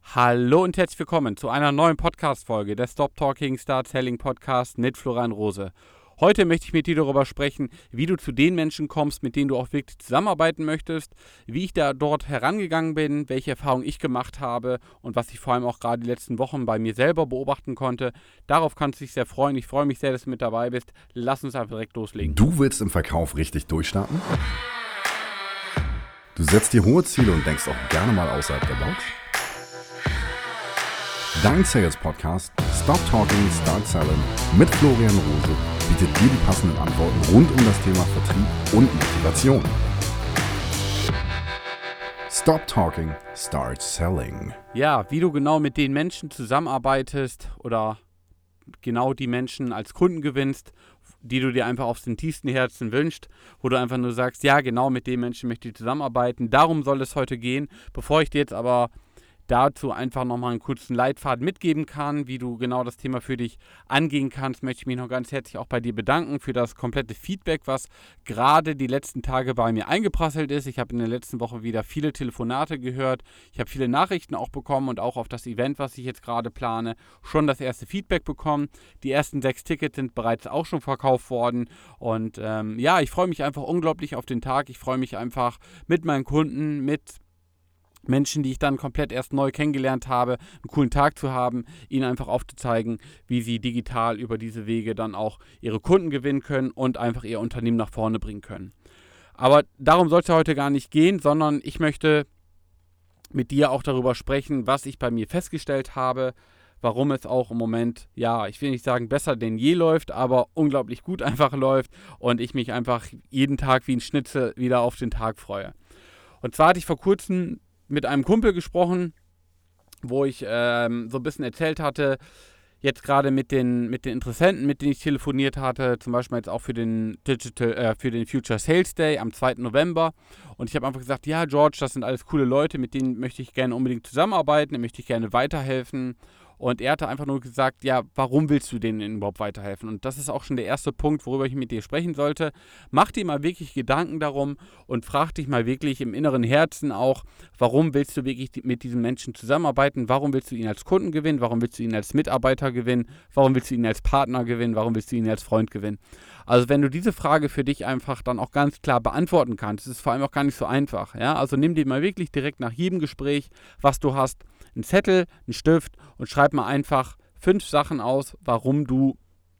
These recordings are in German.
Hallo und herzlich willkommen zu einer neuen Podcast-Folge des Stop Talking, Start Selling Podcast mit Florian Rose. Heute möchte ich mit dir darüber sprechen, wie du zu den Menschen kommst, mit denen du auch wirklich zusammenarbeiten möchtest, wie ich da dort herangegangen bin, welche Erfahrungen ich gemacht habe und was ich vor allem auch gerade die letzten Wochen bei mir selber beobachten konnte. Darauf kannst du dich sehr freuen. Ich freue mich sehr, dass du mit dabei bist. Lass uns einfach direkt loslegen. Du willst im Verkauf richtig durchstarten? Du setzt dir hohe Ziele und denkst auch gerne mal außerhalb der Box? Dein Sales-Podcast Stop Talking, Start Selling mit Florian Rose bietet dir die passenden Antworten rund um das Thema Vertrieb und Motivation. Stop Talking, Start Selling. Ja, wie du genau mit den Menschen zusammenarbeitest oder genau die Menschen als Kunden gewinnst, die du dir einfach aus dem tiefsten Herzen wünschst, wo du einfach nur sagst, ja, genau mit den Menschen möchte ich zusammenarbeiten. Darum soll es heute gehen. Bevor ich dir jetzt aber dazu einfach nochmal einen kurzen Leitfaden mitgeben kann, wie du genau das Thema für dich angehen kannst, möchte ich mich noch ganz herzlich auch bei dir bedanken für das komplette Feedback, was gerade die letzten Tage bei mir eingeprasselt ist. Ich habe in der letzten Woche wieder viele Telefonate gehört. Ich habe viele Nachrichten auch bekommen und auch auf das Event, was ich jetzt gerade plane, schon das erste Feedback bekommen. Die ersten 6 Tickets sind bereits auch schon verkauft worden und ich freue mich einfach unglaublich auf den Tag. Ich freue mich einfach mit meinen Kunden, mit Menschen, die ich dann komplett erst neu kennengelernt habe, einen coolen Tag zu haben, ihnen einfach aufzuzeigen, wie sie digital über diese Wege dann auch ihre Kunden gewinnen können und einfach ihr Unternehmen nach vorne bringen können. Aber darum soll es ja heute gar nicht gehen, sondern ich möchte mit dir auch darüber sprechen, was ich bei mir festgestellt habe, warum es auch im Moment, ja, ich will nicht sagen besser denn je läuft, aber unglaublich gut einfach läuft und ich mich einfach jeden Tag wie ein Schnitzel wieder auf den Tag freue. Und zwar hatte ich vor kurzem mit einem Kumpel gesprochen, wo ich so ein bisschen erzählt hatte, jetzt gerade mit den Interessenten, mit denen ich telefoniert hatte, zum Beispiel jetzt auch für den Future Sales Day am 2. November. Und ich habe einfach gesagt, ja George, das sind alles coole Leute, mit denen möchte ich gerne unbedingt zusammenarbeiten, denen möchte ich gerne weiterhelfen. Und er hatte einfach nur gesagt, ja, warum willst du denen überhaupt weiterhelfen? Und das ist auch schon der erste Punkt, worüber ich mit dir sprechen sollte. Mach dir mal wirklich Gedanken darum und frag dich mal wirklich im inneren Herzen auch, warum willst du wirklich mit diesen Menschen zusammenarbeiten? Warum willst du ihn als Kunden gewinnen? Warum willst du ihn als Mitarbeiter gewinnen? Warum willst du ihn als Partner gewinnen? Warum willst du ihn als Freund gewinnen? Also wenn du diese Frage für dich einfach dann auch ganz klar beantworten kannst, ist es vor allem auch gar nicht so einfach. Ja? Also nimm dir mal wirklich direkt nach jedem Gespräch, was du hast, einen Zettel, einen Stift und schreib mal einfach 5 Sachen aus, warum du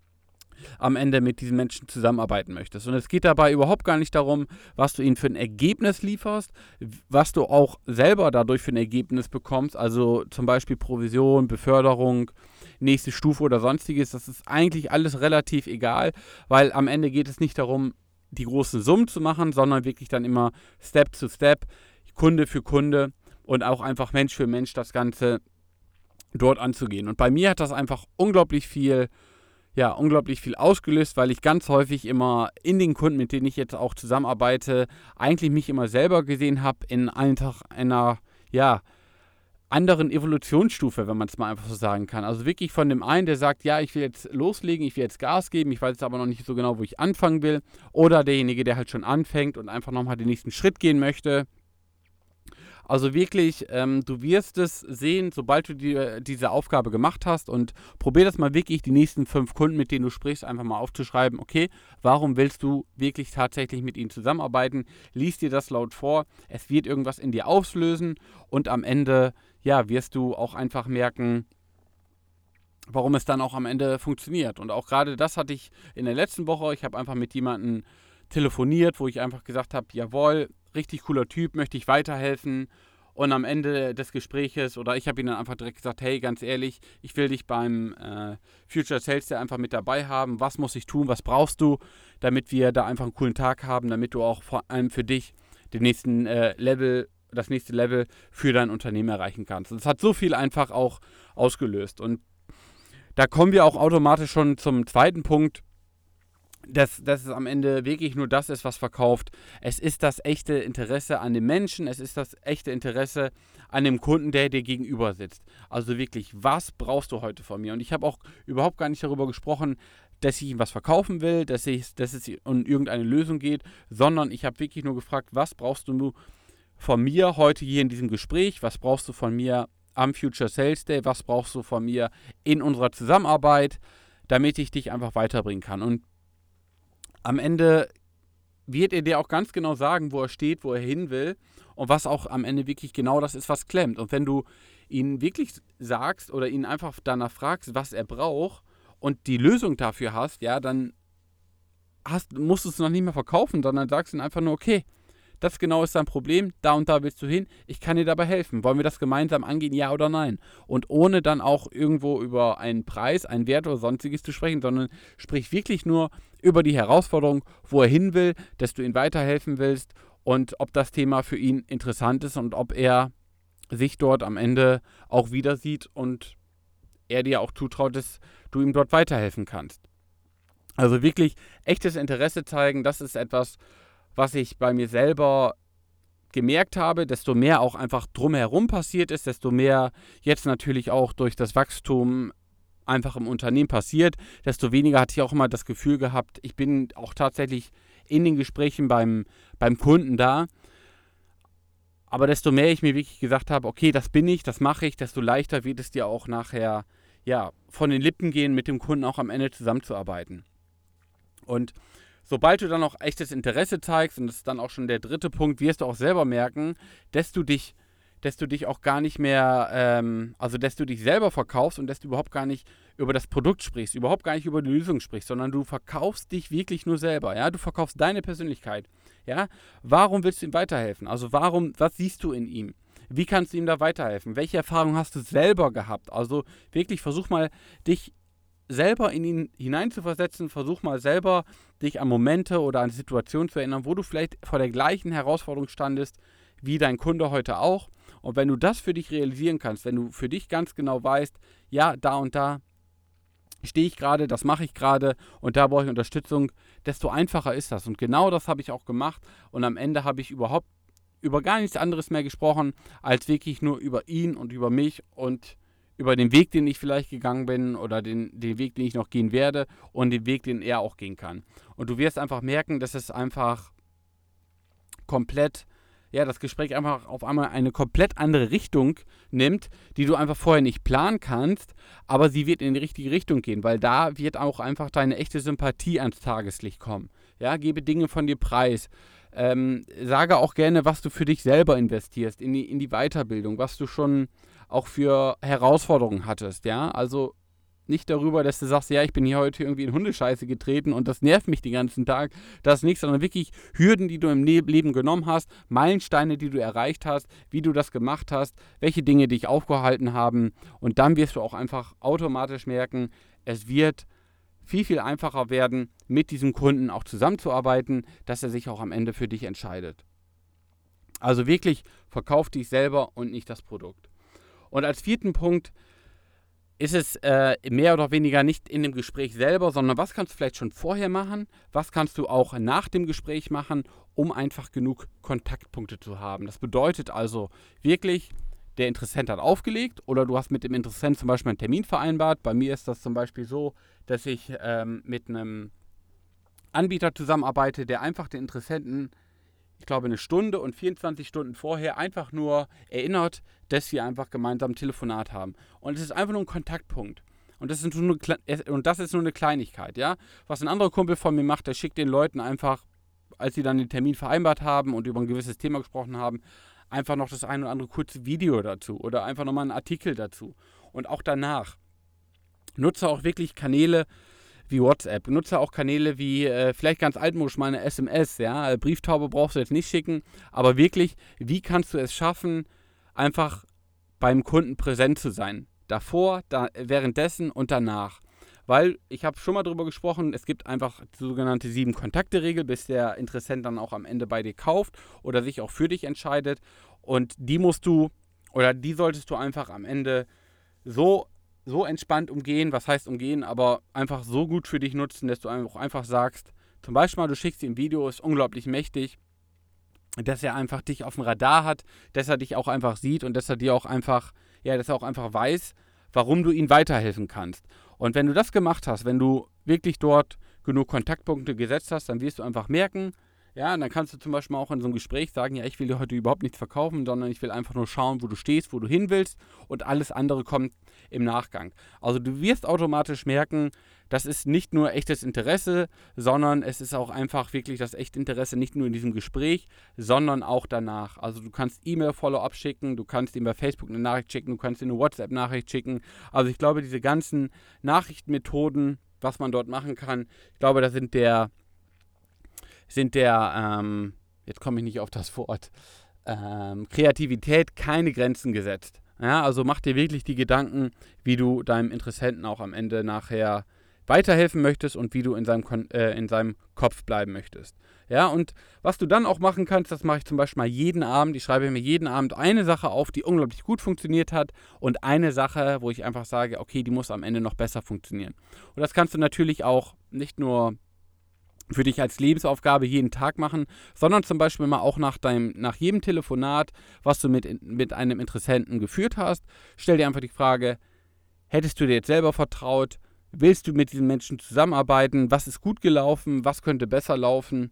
am Ende mit diesen Menschen zusammenarbeiten möchtest. Und es geht dabei überhaupt gar nicht darum, was du ihnen für ein Ergebnis lieferst, was du auch selber dadurch für ein Ergebnis bekommst, also zum Beispiel Provision, Beförderung, nächste Stufe oder sonstiges. Das ist eigentlich alles relativ egal, weil am Ende geht es nicht darum, die großen Summen zu machen, sondern wirklich dann immer Step zu Step, Kunde für Kunde und auch einfach Mensch für Mensch das Ganze dort anzugehen. Und bei mir hat das einfach unglaublich viel ausgelöst, weil ich ganz häufig immer in den Kunden, mit denen ich jetzt auch zusammenarbeite, eigentlich mich immer selber gesehen habe in einer anderen Evolutionsstufe, wenn man es mal einfach so sagen kann. Also wirklich von dem einen, der sagt, ja, ich will jetzt loslegen, ich will jetzt Gas geben, ich weiß jetzt aber noch nicht so genau, wo ich anfangen will. Oder derjenige, der halt schon anfängt und einfach nochmal den nächsten Schritt gehen möchte. Also wirklich, du wirst es sehen, sobald du dir diese Aufgabe gemacht hast, und probier das mal wirklich, die nächsten 5 Kunden, mit denen du sprichst, einfach mal aufzuschreiben, okay, warum willst du wirklich tatsächlich mit ihnen zusammenarbeiten? Lies dir das laut vor, es wird irgendwas in dir auslösen und am Ende, wirst du auch einfach merken, warum es dann auch am Ende funktioniert. Und auch gerade das hatte ich in der letzten Woche, ich habe einfach mit jemandem telefoniert, wo ich einfach gesagt habe, jawohl, richtig cooler Typ, möchte ich weiterhelfen. Und am Ende des Gespräches, oder ich habe ihm dann einfach direkt gesagt, hey, ganz ehrlich, ich will dich beim Future Sales Day einfach mit dabei haben. Was muss ich tun, was brauchst du, damit wir da einfach einen coolen Tag haben, damit du auch vor allem für dich das nächste Level für dein Unternehmen erreichen kannst. Und das hat so viel einfach auch ausgelöst. Und da kommen wir auch automatisch schon zum zweiten Punkt, dass es am Ende wirklich nur das ist, was verkauft. Es ist das echte Interesse an dem Menschen, es ist das echte Interesse an dem Kunden, der dir gegenüber sitzt. Also wirklich, was brauchst du heute von mir? Und ich habe auch überhaupt gar nicht darüber gesprochen, dass ich ihm was verkaufen will, dass es um irgendeine Lösung geht, sondern ich habe wirklich nur gefragt, was brauchst du von mir heute hier in diesem Gespräch, was brauchst du von mir am Future Sales Day, was brauchst du von mir in unserer Zusammenarbeit, damit ich dich einfach weiterbringen kann. Und am Ende wird er dir auch ganz genau sagen, wo er steht, wo er hin will und was auch am Ende wirklich genau das ist, was klemmt. Und wenn du ihn wirklich sagst oder ihn einfach danach fragst, was er braucht und die Lösung dafür hast, ja, dann musst du es noch nicht mehr verkaufen, sondern sagst ihm einfach nur, okay, das genau ist dein Problem, da und da willst du hin, ich kann dir dabei helfen. Wollen wir das gemeinsam angehen, ja oder nein? Und ohne dann auch irgendwo über einen Preis, einen Wert oder sonstiges zu sprechen, sondern sprich wirklich nur über die Herausforderung, wo er hin will, dass du ihm weiterhelfen willst und ob das Thema für ihn interessant ist und ob er sich dort am Ende auch wieder sieht und er dir auch zutraut, dass du ihm dort weiterhelfen kannst. Also wirklich echtes Interesse zeigen, das ist etwas, was ich bei mir selber gemerkt habe, desto mehr auch einfach drumherum passiert ist, desto mehr jetzt natürlich auch durch das Wachstum einfach im Unternehmen passiert, desto weniger hatte ich auch immer das Gefühl gehabt, ich bin auch tatsächlich in den Gesprächen beim Kunden da, aber desto mehr ich mir wirklich gesagt habe, okay, das bin ich, das mache ich, desto leichter wird es dir auch nachher von den Lippen gehen, mit dem Kunden auch am Ende zusammenzuarbeiten. Und sobald du dann auch echtes Interesse zeigst, und das ist dann auch schon der dritte Punkt, wirst du auch selber merken, dass du dich auch gar nicht mehr, dass du dich selber verkaufst und dass du überhaupt gar nicht über das Produkt sprichst, überhaupt gar nicht über die Lösung sprichst, sondern du verkaufst dich wirklich nur selber, ja, du verkaufst deine Persönlichkeit, ja. Warum willst du ihm weiterhelfen? Also was siehst du in ihm? Wie kannst du ihm da weiterhelfen? Welche Erfahrungen hast du selber gehabt? Also wirklich versuch mal, dich selber in ihn hineinzuversetzen, versuch mal selber, dich an Momente oder an Situationen zu erinnern, wo du vielleicht vor der gleichen Herausforderung standest, wie dein Kunde heute auch. Und wenn du das für dich realisieren kannst, wenn du für dich ganz genau weißt, ja, da und da stehe ich gerade, das mache ich gerade und da brauche ich Unterstützung, desto einfacher ist das. Und genau das habe ich auch gemacht und am Ende habe ich überhaupt über gar nichts anderes mehr gesprochen, als wirklich nur über ihn und über mich und über den Weg, den ich vielleicht gegangen bin oder den Weg, den ich noch gehen werde und den Weg, den er auch gehen kann. Und du wirst einfach merken, dass es einfach komplett, das Gespräch einfach auf einmal eine komplett andere Richtung nimmt, die du einfach vorher nicht planen kannst, aber sie wird in die richtige Richtung gehen, weil da wird auch einfach deine echte Sympathie ans Tageslicht kommen. Ja, gebe Dinge von dir preis. Sage auch gerne, was du für dich selber investierst, in die Weiterbildung, was du schon auch für Herausforderungen hattest, ja, also nicht darüber, dass du sagst, ja, ich bin hier heute irgendwie in Hundescheiße getreten und das nervt mich den ganzen Tag, das ist nichts, sondern wirklich Hürden, die du im Leben genommen hast, Meilensteine, die du erreicht hast, wie du das gemacht hast, welche Dinge dich aufgehalten haben und dann wirst du auch einfach automatisch merken, es wird viel, viel einfacher werden, mit diesem Kunden auch zusammenzuarbeiten, dass er sich auch am Ende für dich entscheidet. Also wirklich, verkauf dich selber und nicht das Produkt. Und als vierten Punkt ist es mehr oder weniger nicht in dem Gespräch selber, sondern was kannst du vielleicht schon vorher machen, was kannst du auch nach dem Gespräch machen, um einfach genug Kontaktpunkte zu haben. Das bedeutet also wirklich, der Interessent hat aufgelegt oder du hast mit dem Interessent zum Beispiel einen Termin vereinbart. Bei mir ist das zum Beispiel so, dass ich mit einem Anbieter zusammenarbeite, der einfach den Interessenten, ich glaube, 1 Stunde und 24 Stunden vorher einfach nur erinnert, dass wir einfach gemeinsam ein Telefonat haben. Und es ist einfach nur ein Kontaktpunkt. Und das ist nur eine Kleinigkeit, ja. Was ein anderer Kumpel von mir macht, der schickt den Leuten einfach, als sie dann den Termin vereinbart haben und über ein gewisses Thema gesprochen haben, einfach noch das ein oder andere kurze Video dazu oder einfach nochmal einen Artikel dazu. Und auch danach. Nutze auch wirklich Kanäle wie WhatsApp. Nutze auch Kanäle wie vielleicht ganz altmodisch mal eine SMS. Ja? Brieftaube brauchst du jetzt nicht schicken, aber wirklich, wie kannst du es schaffen, einfach beim Kunden präsent zu sein? Davor, währenddessen und danach. Weil, ich habe schon mal drüber gesprochen, es gibt einfach die sogenannte 7-Kontakte-Regel, bis der Interessent dann auch am Ende bei dir kauft oder sich auch für dich entscheidet. Und die die solltest du einfach am Ende so entspannt umgehen, was heißt umgehen, aber einfach so gut für dich nutzen, dass du auch einfach sagst, zum Beispiel mal, du schickst ihm ein Video, ist unglaublich mächtig, dass er einfach dich auf dem Radar hat, dass er dich auch einfach sieht und dass er dir auch einfach, dass er auch einfach weiß, warum du ihm weiterhelfen kannst. Und wenn du das gemacht hast, wenn du wirklich dort genug Kontaktpunkte gesetzt hast, dann wirst du einfach merken, Ja, und dann kannst du zum Beispiel auch in so einem Gespräch sagen, ja, ich will dir heute überhaupt nichts verkaufen, sondern ich will einfach nur schauen, wo du stehst, wo du hin willst und alles andere kommt im Nachgang. Also du wirst automatisch merken, das ist nicht nur echtes Interesse, sondern es ist auch einfach wirklich das echte Interesse, nicht nur in diesem Gespräch, sondern auch danach. Also du kannst E-Mail-Follow-up schicken, du kannst ihm bei Facebook eine Nachricht schicken, du kannst ihm eine WhatsApp-Nachricht schicken. Also ich glaube, diese ganzen Nachrichtenmethoden, was man dort machen kann, ich glaube, da sind der jetzt komme ich nicht auf das Wort, Kreativität keine Grenzen gesetzt. Ja, also mach dir wirklich die Gedanken, wie du deinem Interessenten auch am Ende nachher weiterhelfen möchtest und wie du in seinem Kopf bleiben möchtest. Ja, und was du dann auch machen kannst, das mache ich zum Beispiel mal jeden Abend. Ich schreibe mir jeden Abend eine Sache auf, die unglaublich gut funktioniert hat und eine Sache, wo ich einfach sage, okay, die muss am Ende noch besser funktionieren. Und das kannst du natürlich auch nicht nur für dich als Lebensaufgabe jeden Tag machen, sondern zum Beispiel mal auch nach jedem Telefonat, was du mit einem Interessenten geführt hast, stell dir einfach die Frage, hättest du dir jetzt selber vertraut? Willst du mit diesen Menschen zusammenarbeiten? Was ist gut gelaufen? Was könnte besser laufen?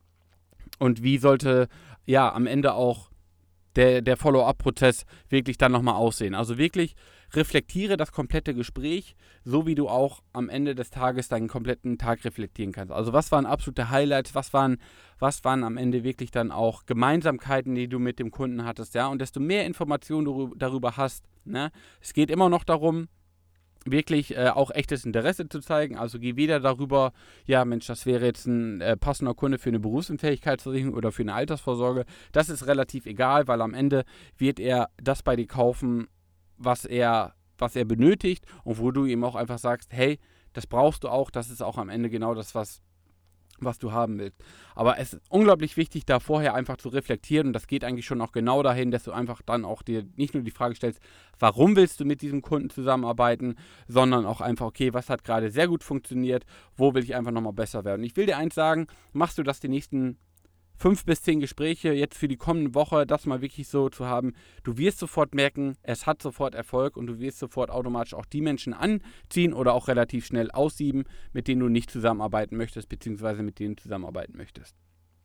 Und wie sollte ja am Ende auch der Follow-up-Prozess wirklich dann nochmal aussehen? Also wirklich reflektiere das komplette Gespräch, so wie du auch am Ende des Tages deinen kompletten Tag reflektieren kannst. Also was waren absolute Highlights, was waren am Ende wirklich dann auch Gemeinsamkeiten, die du mit dem Kunden hattest, ja? Und desto mehr Informationen du darüber hast, ne? Es geht immer noch darum, wirklich auch echtes Interesse zu zeigen. Also geh weder darüber, ja Mensch, das wäre jetzt ein passender Kunde für eine Berufsunfähigkeitsversicherung oder für eine Altersvorsorge. Das ist relativ egal, weil am Ende wird er das bei dir kaufen, was er benötigt und wo du ihm auch einfach sagst, hey, das brauchst du auch, das ist auch am Ende genau das, was du haben willst. Aber es ist unglaublich wichtig, da vorher einfach zu reflektieren und das geht eigentlich schon auch genau dahin, dass du einfach dann auch dir nicht nur die Frage stellst, warum willst du mit diesem Kunden zusammenarbeiten, sondern auch einfach, okay, was hat gerade sehr gut funktioniert, wo will ich einfach nochmal besser werden. Und ich will dir eins sagen, machst du das die nächsten 5 bis 10 Gespräche jetzt für die kommende Woche, das mal wirklich so zu haben, du wirst sofort merken, es hat sofort Erfolg und du wirst sofort automatisch auch die Menschen anziehen oder auch relativ schnell aussieben, mit denen du nicht zusammenarbeiten möchtest, beziehungsweise mit denen du zusammenarbeiten möchtest.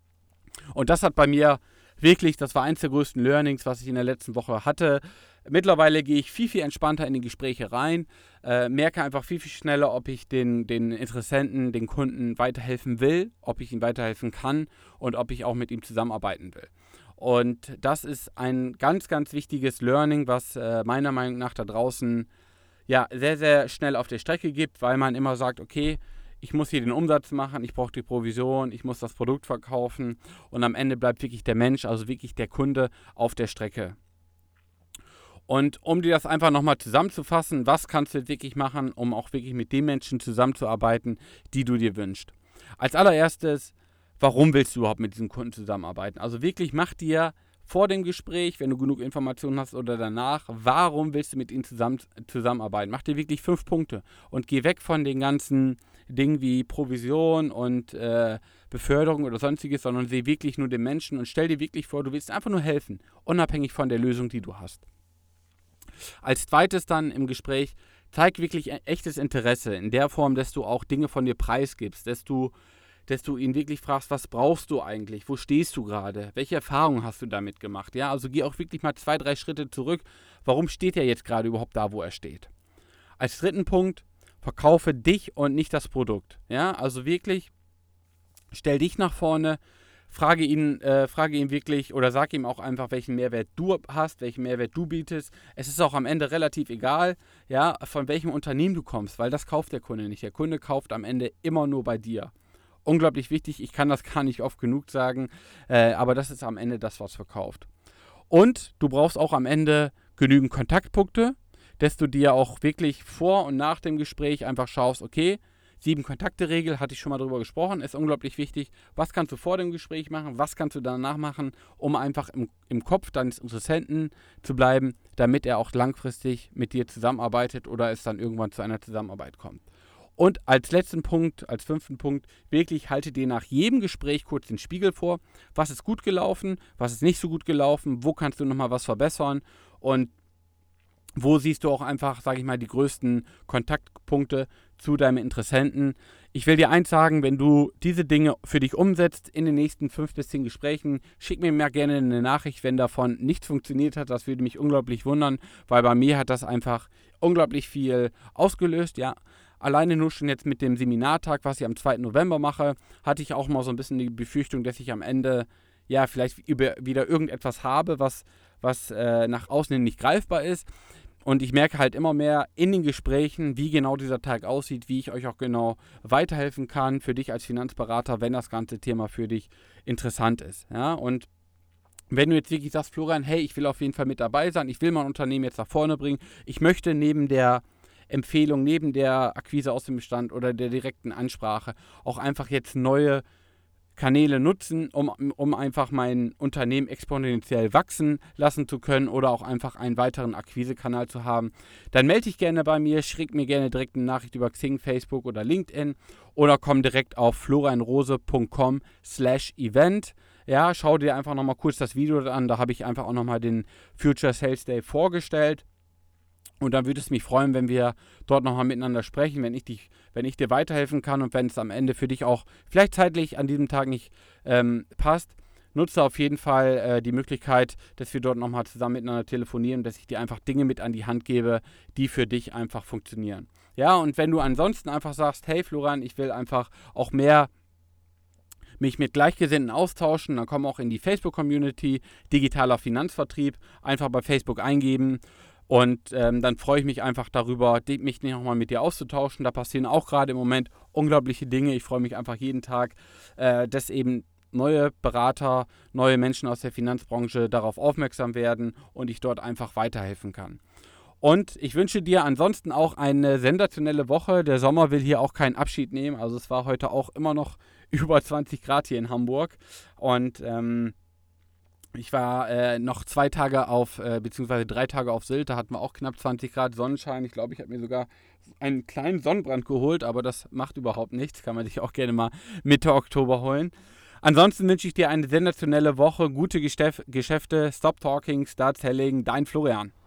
Und das hat bei mir wirklich, das war eins der größten Learnings, was ich in der letzten Woche hatte. Mittlerweile gehe ich viel, viel entspannter in die Gespräche rein, merke einfach viel, viel schneller, ob ich den Interessenten, den Kunden weiterhelfen will, ob ich ihm weiterhelfen kann und ob ich auch mit ihm zusammenarbeiten will. Und das ist ein ganz, ganz wichtiges Learning, was meiner Meinung nach da draußen ja sehr, sehr schnell auf der Strecke gibt, weil man immer sagt, okay, ich muss hier den Umsatz machen, ich brauche die Provision, ich muss das Produkt verkaufen und am Ende bleibt wirklich der Mensch, also wirklich der Kunde auf der Strecke. Und um dir das einfach nochmal zusammenzufassen, was kannst du jetzt wirklich machen, um auch wirklich mit den Menschen zusammenzuarbeiten, die du dir wünschst? Als allererstes, warum willst du überhaupt mit diesem Kunden zusammenarbeiten? Also wirklich mach dir vor dem Gespräch, wenn du genug Informationen hast oder danach, warum willst du mit ihnen zusammenarbeiten? Mach dir wirklich 5 Punkte und geh weg von den ganzen Dingen wie Provision und Beförderung oder sonstiges, sondern seh wirklich nur den Menschen und stell dir wirklich vor, du willst einfach nur helfen, unabhängig von der Lösung, die du hast. Als zweites dann im Gespräch, zeig wirklich echtes Interesse in der Form, dass du auch Dinge von dir preisgibst, dass du ihn wirklich fragst, was brauchst du eigentlich, wo stehst du gerade, welche Erfahrungen hast du damit gemacht, ja, also geh auch wirklich mal 2, 3 Schritte zurück, warum steht er jetzt gerade überhaupt da, wo er steht. Als dritten Punkt, verkaufe dich und nicht das Produkt, ja, also wirklich, stell dich nach vorne, frage ihn wirklich oder sag ihm auch einfach, welchen Mehrwert du hast, welchen Mehrwert du bietest. Es ist auch am Ende relativ egal, ja, von welchem Unternehmen du kommst, weil das kauft der Kunde nicht. Der Kunde kauft am Ende immer nur bei dir. Unglaublich wichtig, ich kann das gar nicht oft genug sagen, aber das ist am Ende das, was verkauft. Und du brauchst auch am Ende genügend Kontaktpunkte, dass du dir auch wirklich vor und nach dem Gespräch einfach schaust, okay, 7-Kontakte-Regel, hatte ich schon mal drüber gesprochen, ist unglaublich wichtig. Was kannst du vor dem Gespräch machen, was kannst du danach machen, um einfach im Kopf deines Interessenten zu bleiben, damit er auch langfristig mit dir zusammenarbeitet oder es dann irgendwann zu einer Zusammenarbeit kommt. Und als letzten Punkt, als 5. Punkt, wirklich halte dir nach jedem Gespräch kurz den Spiegel vor. Was ist gut gelaufen, was ist nicht so gut gelaufen, wo kannst du nochmal was verbessern und Wo siehst du auch einfach, sage ich mal, die größten Kontaktpunkte zu deinem Interessenten? Ich will dir eins sagen, wenn du diese Dinge für dich umsetzt in den nächsten 5 bis 10 Gesprächen, schick mir mal gerne eine Nachricht, wenn davon nichts funktioniert hat. Das würde mich unglaublich wundern, weil bei mir hat das einfach unglaublich viel ausgelöst, ja. Alleine nur schon jetzt mit dem Seminartag, was ich am 2. November mache, hatte ich auch mal so ein bisschen die Befürchtung, dass ich am Ende ja vielleicht wieder irgendetwas habe, was nach außen hin nicht greifbar ist. Und ich merke halt immer mehr in den Gesprächen, wie genau dieser Tag aussieht, wie ich euch auch genau weiterhelfen kann für dich als Finanzberater, wenn das ganze Thema für dich interessant ist. Ja? Und wenn du jetzt wirklich sagst, Florian, hey, ich will auf jeden Fall mit dabei sein, ich will mein Unternehmen jetzt nach vorne bringen, ich möchte neben der Empfehlung, neben der Akquise aus dem Bestand oder der direkten Ansprache auch einfach jetzt neue Kanäle nutzen, um einfach mein Unternehmen exponentiell wachsen lassen zu können oder auch einfach einen weiteren Akquisekanal zu haben, dann melde dich gerne bei mir, schreib mir gerne direkt eine Nachricht über Xing, Facebook oder LinkedIn oder komm direkt auf florianrose.com/event. Ja, schau dir einfach nochmal kurz das Video an, da habe ich einfach auch nochmal den Future Sales Day vorgestellt. Und dann würde es mich freuen, wenn wir dort nochmal miteinander sprechen, wenn ich dir weiterhelfen kann und wenn es am Ende für dich auch vielleicht zeitlich an diesem Tag nicht passt. Nutze auf jeden Fall die Möglichkeit, dass wir dort nochmal zusammen miteinander telefonieren, dass ich dir einfach Dinge mit an die Hand gebe, die für dich einfach funktionieren. Ja, und wenn du ansonsten einfach sagst, hey Florian, ich will einfach auch mehr mich mit Gleichgesinnten austauschen, dann komm auch in die Facebook-Community, digitaler Finanzvertrieb, einfach bei Facebook eingeben. Und dann freue ich mich einfach darüber, mich nochmal mit dir auszutauschen. Da passieren auch gerade im Moment unglaubliche Dinge. Ich freue mich einfach jeden Tag, dass eben neue Berater, neue Menschen aus der Finanzbranche darauf aufmerksam werden und ich dort einfach weiterhelfen kann. Und ich wünsche dir ansonsten auch eine sensationelle Woche. Der Sommer will hier auch keinen Abschied nehmen. Also es war heute auch immer noch über 20 Grad hier in Hamburg. Und ich war noch 2 Tage beziehungsweise 3 Tage auf Sylt, da hatten wir auch knapp 20 Grad Sonnenschein. Ich glaube, ich habe mir sogar einen kleinen Sonnenbrand geholt, aber das macht überhaupt nichts. Kann man sich auch gerne mal Mitte Oktober holen. Ansonsten wünsche ich dir eine sensationelle Woche, gute Geschäfte, Stop Talking, Start Selling, dein Florian.